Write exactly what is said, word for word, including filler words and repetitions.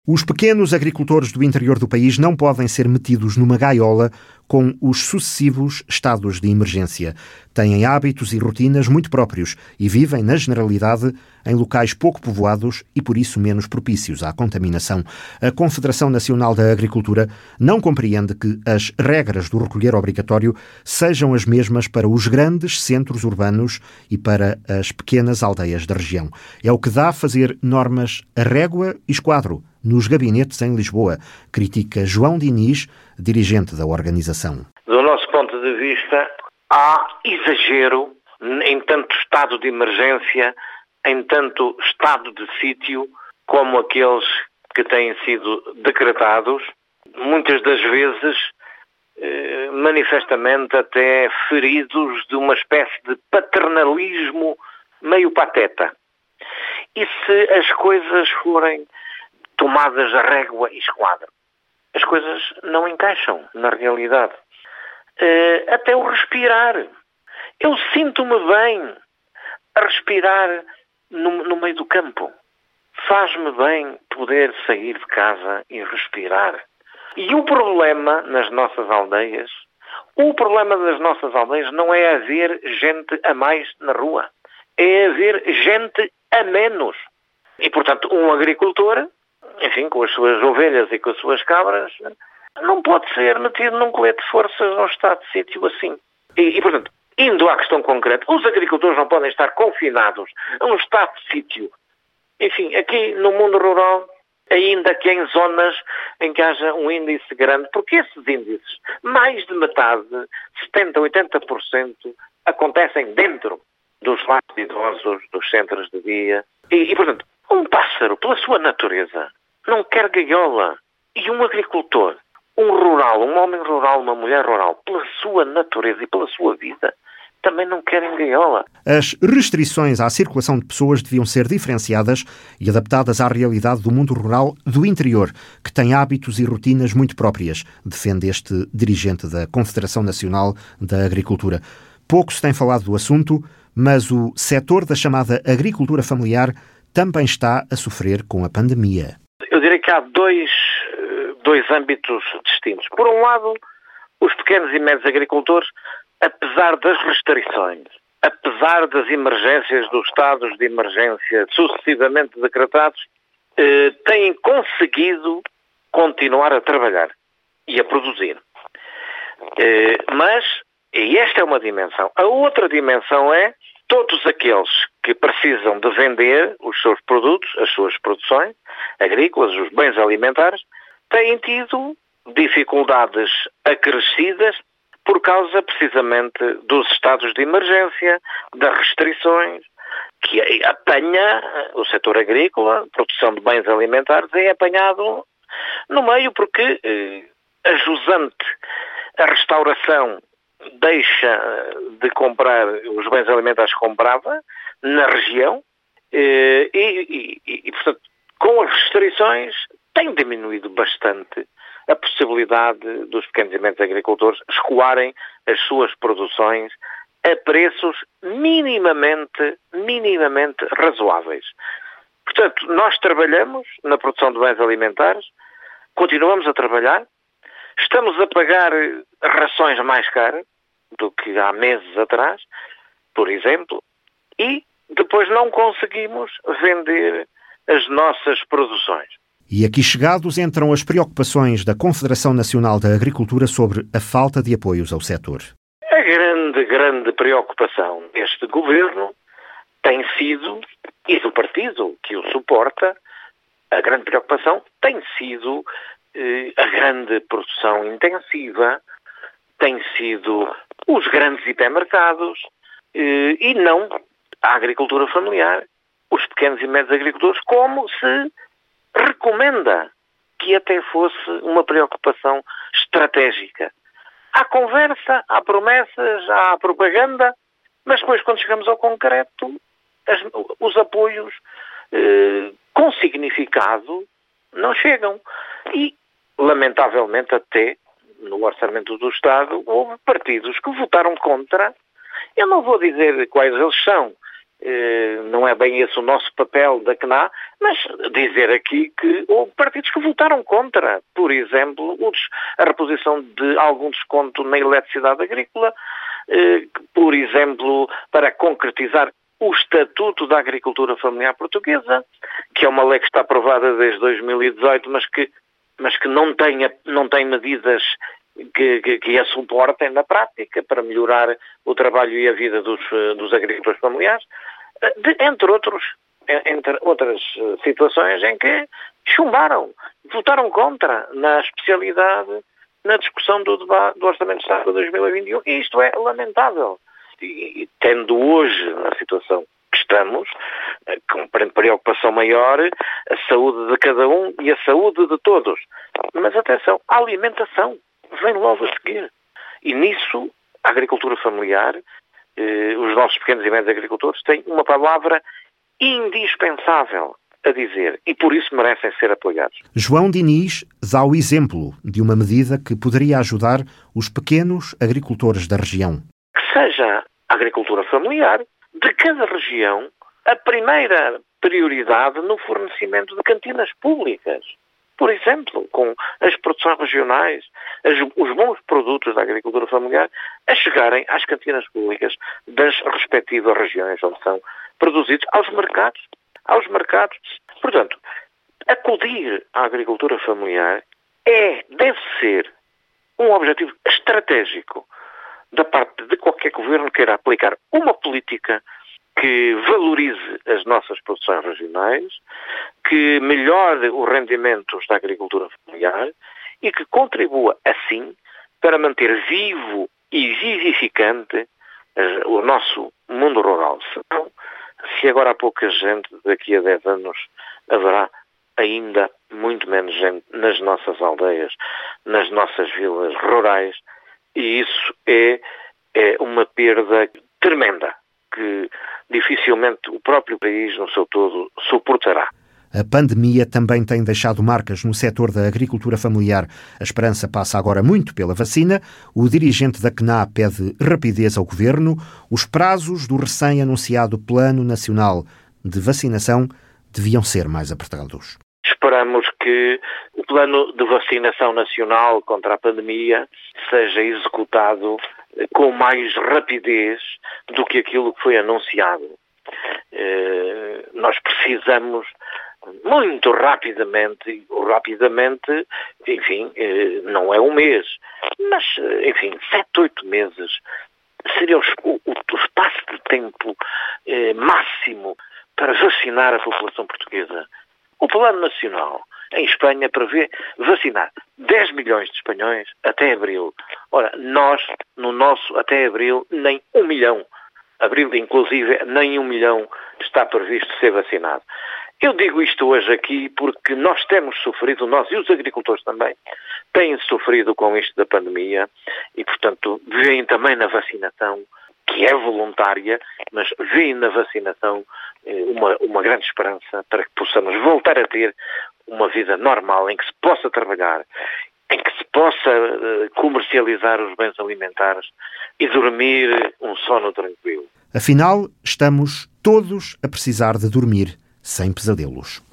Os pequenos agricultores do interior do país não podem ser metidos numa gaiola com os sucessivos estados de emergência. Têm hábitos e rotinas muito próprios e vivem, na generalidade, em locais pouco povoados e, por isso, menos propícios à contaminação. A Confederação Nacional da Agricultura não compreende que as regras do recolher obrigatório sejam as mesmas para os grandes centros urbanos e para as pequenas aldeias da região. É o que dá a fazer normas a régua e esquadro nos gabinetes em Lisboa, critica João Diniz, dirigente da organização. Do nosso ponto de vista, há exagero em tanto estado de emergência, em tanto estado de sítio, como aqueles que têm sido decretados, muitas das vezes eh, manifestamente até feridos de uma espécie de paternalismo meio pateta. E se as coisas forem tomadas a régua e esquadro, as coisas não encaixam na realidade. Uh, até o respirar. Eu sinto-me bem a respirar no, no meio do campo. Faz-me bem poder sair de casa e respirar. E o problema nas nossas aldeias, o problema das nossas aldeias não é haver gente a mais na rua. É haver gente a menos. E, portanto, um agricultor, enfim, com as suas ovelhas e com as suas cabras, não pode ser metido num colete de forças num estado de sítio assim. E, e, portanto, indo à questão concreta, os agricultores não podem estar confinados a um estado de sítio. Enfim, aqui no mundo rural, ainda que em zonas em que haja um índice grande, porque esses índices, mais de metade, setenta, oitenta por cento, acontecem dentro dos lares idosos, dos centros de dia. E, e, portanto, um pássaro, pela sua natureza, não quer gaiola. E um agricultor, um rural, um homem rural, uma mulher rural, pela sua natureza e pela sua vida, também não querem gaiola. As restrições à circulação de pessoas deviam ser diferenciadas e adaptadas à realidade do mundo rural do interior, que tem hábitos e rotinas muito próprias, defende este dirigente da Confederação Nacional da Agricultura. Pouco se tem falado do assunto, mas o setor da chamada agricultura familiar também está a sofrer com a pandemia. Eu diria que há dois, dois âmbitos distintos. Por um lado, os pequenos e médios agricultores, apesar das restrições, apesar das emergências, dos estados de emergência sucessivamente decretados, eh, têm conseguido continuar a trabalhar e a produzir. Eh, mas, e esta é uma dimensão. A outra dimensão é todos aqueles que precisam de vender os seus produtos, as suas produções agrícolas, os bens alimentares, têm tido dificuldades acrescidas por causa precisamente dos estados de emergência, das restrições, que apanha o setor agrícola, produção de bens alimentares, é apanhado no meio porque eh, a jusante, a restauração, deixa de comprar os bens alimentares que comprava na região e, e, e, e, portanto, com as restrições tem diminuído bastante a possibilidade dos pequenos e médios agricultores escoarem as suas produções a preços minimamente, minimamente razoáveis. Portanto, nós trabalhamos na produção de bens alimentares, continuamos a trabalhar, estamos a pagar rações mais caras do que há meses atrás, por exemplo, e depois não conseguimos vender as nossas produções. E aqui chegados entram as preocupações da Confederação Nacional da Agricultura sobre a falta de apoios ao setor. A grande, grande preocupação deste governo tem sido, e do partido que o suporta, a grande preocupação tem sido eh, a grande produção intensiva, tem sido os grandes hipermercados eh, e não a agricultura familiar, os pequenos e médios agricultores, como se recomenda que até fosse uma preocupação estratégica. Há conversa, há promessas, há propaganda, mas depois quando chegamos ao concreto, as, os apoios eh, com significado não chegam. E, lamentavelmente, até no orçamento do Estado, houve partidos que votaram contra. Eu não vou dizer quais eles são, não é bem esse o nosso papel da C N A, mas dizer aqui que houve partidos que votaram contra, por exemplo, a reposição de algum desconto na eletricidade agrícola, por exemplo, para concretizar o Estatuto da Agricultura Familiar Portuguesa, que é uma lei que está aprovada desde dois mil e dezoito, mas que, mas que não, tem, não tem medidas que, que, que a suportem na prática para melhorar o trabalho e a vida dos, dos agricultores familiares, de, entre, outros, entre outras situações em que chumbaram, votaram contra na especialidade, na discussão do, debate, do Orçamento de Estado de dois mil e vinte e um, e isto é lamentável. E, e tendo hoje, na situação que estamos, com preocupação maior, a saúde de cada um e a saúde de todos. Mas atenção, a alimentação vem logo a seguir. E nisso, a agricultura familiar, eh, os nossos pequenos e médios agricultores, têm uma palavra indispensável a dizer e por isso merecem ser apoiados. João Diniz dá o exemplo de uma medida que poderia ajudar os pequenos agricultores da região. Que seja a agricultura familiar de cada região a primeira prioridade no fornecimento de cantinas públicas. Por exemplo, com as produções regionais, as, os bons produtos da agricultura familiar a chegarem às cantinas públicas das respectivas regiões onde são produzidos, aos mercados. Aos mercados. Portanto, acudir à agricultura familiar é, deve ser um objetivo estratégico da parte de qualquer governo que queira aplicar uma política que valorize as nossas produções regionais, que melhore os rendimentos da agricultura familiar e que contribua, assim, para manter vivo e vivificante o nosso mundo rural. Senão, se agora há pouca gente, daqui a dez anos haverá ainda muito menos gente nas nossas aldeias, nas nossas vilas rurais, e isso é, é uma perda tremenda que dificilmente o próprio país, no seu todo, suportará. A pandemia também tem deixado marcas no setor da agricultura familiar. A esperança passa agora muito pela vacina. O dirigente da C N A pede rapidez ao governo. Os prazos do recém-anunciado Plano Nacional de Vacinação deviam ser mais apertados. Esperamos que o plano de vacinação nacional contra a pandemia seja executado com mais rapidez do que aquilo que foi anunciado. Eh, nós precisamos muito rapidamente, e rapidamente, enfim, eh, não é um mês, mas, enfim, sete, oito meses seria o, o, o espaço de tempo eh, máximo para vacinar a população portuguesa. O Plano Nacional em Espanha prevê vacinar dez milhões de espanhóis até abril. Ora, nós, no nosso até abril, nem um milhão. Abril, inclusive, nem um milhão está previsto ser vacinado. Eu digo isto hoje aqui porque nós temos sofrido, nós e os agricultores também, têm sofrido com isto da pandemia e, portanto, veem também na vacinação, que é voluntária, mas veem na vacinação uma, uma grande esperança para que possamos voltar a ter uma vida normal, em que se possa trabalhar, em que se possa comercializar os bens alimentares e dormir um sono tranquilo. Afinal, estamos todos a precisar de dormir sem pesadelos.